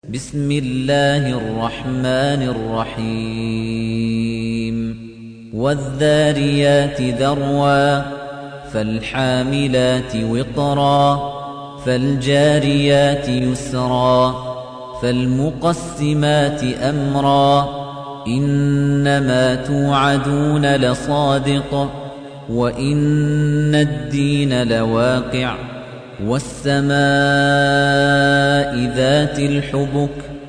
بسم الله الرحمن الرحيم والذاريات ذروا فالحاملات وقرا فالجاريات يسرا فالمقسمات أمرا إنما توعدون لصادق وإن الدين لواقع والسماء ذات الحبك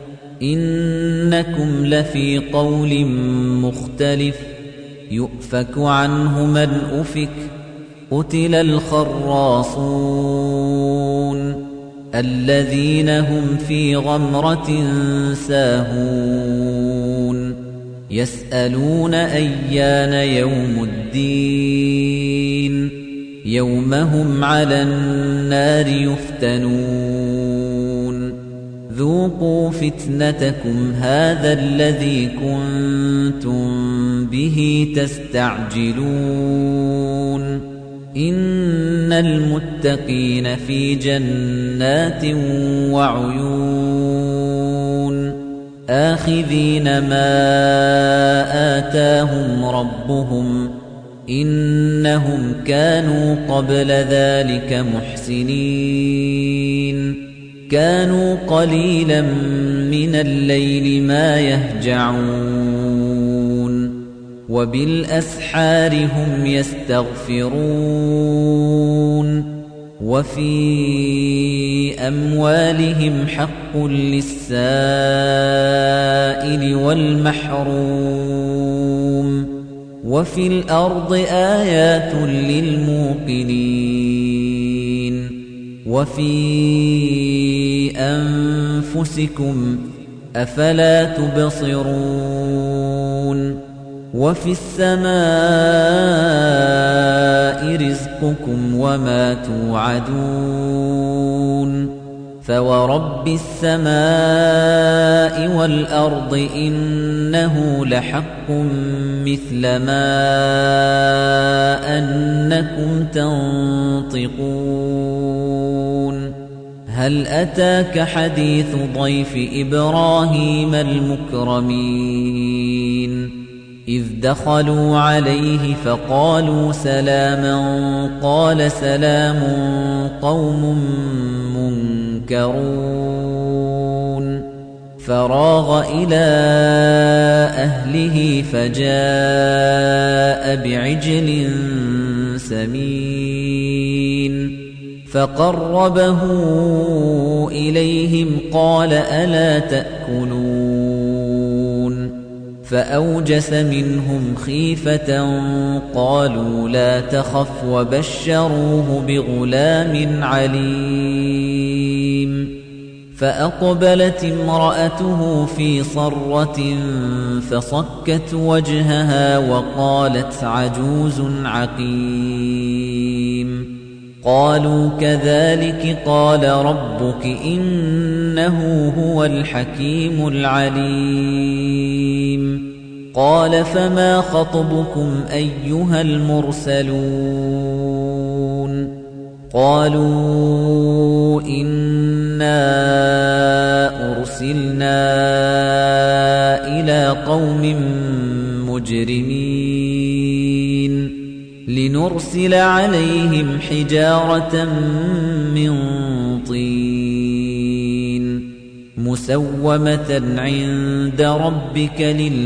إنكم لفي قول مختلف يؤفك عنه من أفك قتل الخراصون الذين هم في غمرة ساهون يسألون أيان يوم الدين يوم هم على النار يفتنون ذوقوا فتنتكم هذا الذي كنتم به تستعجلون إن المتقين في جنات وعيون آخذين ما آتاهم ربهم إنهم كانوا قبل ذلك محسنين كانوا قليلا من الليل ما يهجعون وبالأسحار هم يستغفرون وفي أموالهم حق للسائل والمحروم وفي الأرض آيات للموقنين وفي أنفسكم أفلا تبصرون وفي السماء رزقكم وما توعدون فورب السماء والأرض إنه لحق مثل ما أنكم تنطقون هل أتاك حديث ضيف إبراهيم المكرمين إذ دخلوا عليه فقالوا سلاما قال سلام قوم منكرون فراغ إلى أهله فجاء بعجل سمين فقربه إليهم قال ألا تأكلون فأوجس منهم خيفة قالوا لا تخف وبشروه بغلام عليم فأقبلت امرأته في صرة فصكت وجهها وقالت عجوز عقيم قالوا كذلك قال ربك إنه هو الحكيم العليم قال فما خطبكم أيها المرسلون قالوا إنا أرسلنا إلى قوم مجرمين لنرسل عليهم حجارة من طين مسومة عند ربك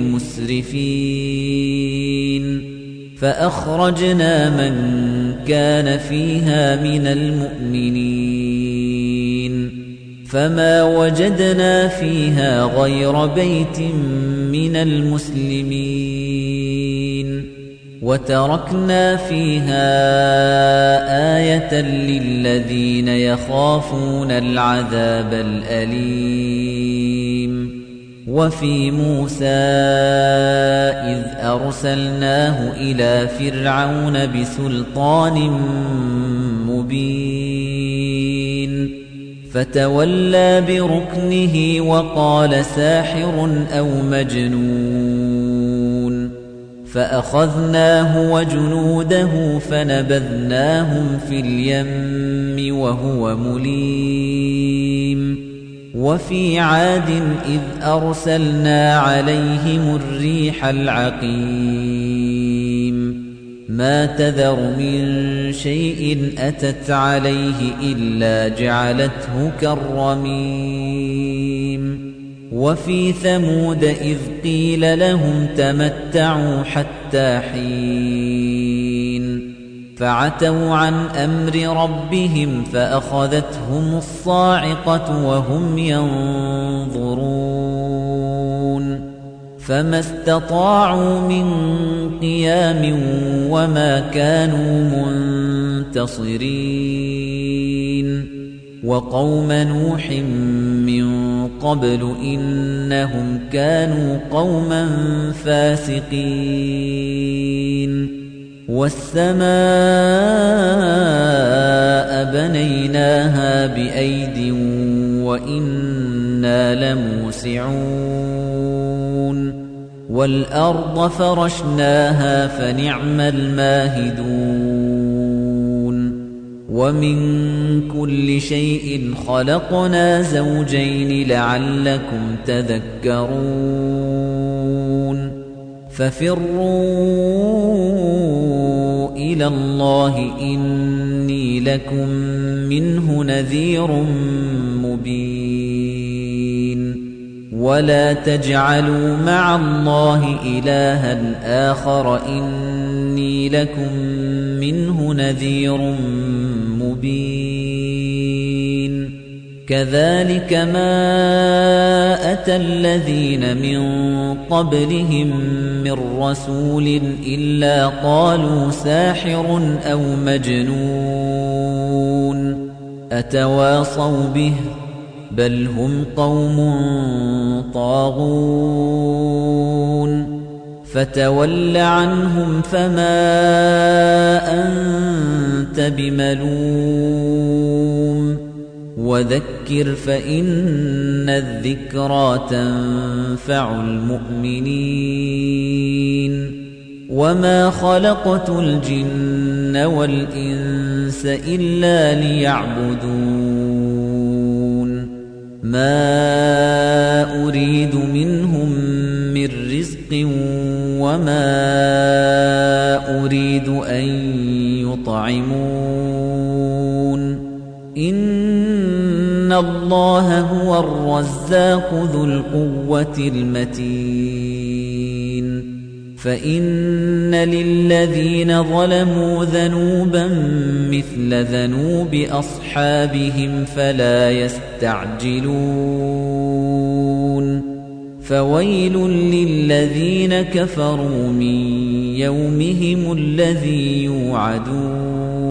للمسرفين فأخرجنا من كان فيها من المؤمنين فما وجدنا فيها غير بيت من المسلمين وتركنا فيها آية للذين يخافون العذاب الأليم وفي موسى إذ أرسلناه إلى فرعون بسلطان مبين فتولى بركنه وقال ساحر أو مجنون فأخذناه وجنوده فنبذناهم في اليم وهو مليم وفي عاد إذ أرسلنا عليهم الريح العقيم ما تذر من شيء أتت عليه إلا جعلته كالرميم وفي ثمود إذ قيل لهم تمتعوا حتى حين فعتوا عن أمر ربهم فأخذتهم الصاعقة وهم ينظرون فما استطاعوا من قيام وما كانوا منتصرين وقوم نوح من قبل إنهم كانوا قوما فاسقين والسماء بنيناها بأيد وإنا لموسعون والأرض فرشناها فنعم الماهدون ومن كل شيء خلقنا زوجين لعلكم تذكرون ففروا إلى الله إني لكم منه نذير مبين ولا تجعلوا مع الله إلها آخر إني لكم منه نذير مبين كذلك ما أتى الذين من قبلهم من رسول إلا قالوا ساحر أو مجنون أتواصوا به بل هم قوم طاغون فتول عنهم فما أنت بملوم وذكر فإن الذكرى تنفع المؤمنين وما خلقت الجن والإنس إلا ليعبدون ما أريد منهم من رزق وما أريد أن يطعمون إن الله هو الرزاق ذو القوة المتين فإن للذين ظلموا ذنوبا مثل ذنوب أصحابهم فلا يستعجلون فويل للذين كفروا من يومهم الذي يوعدون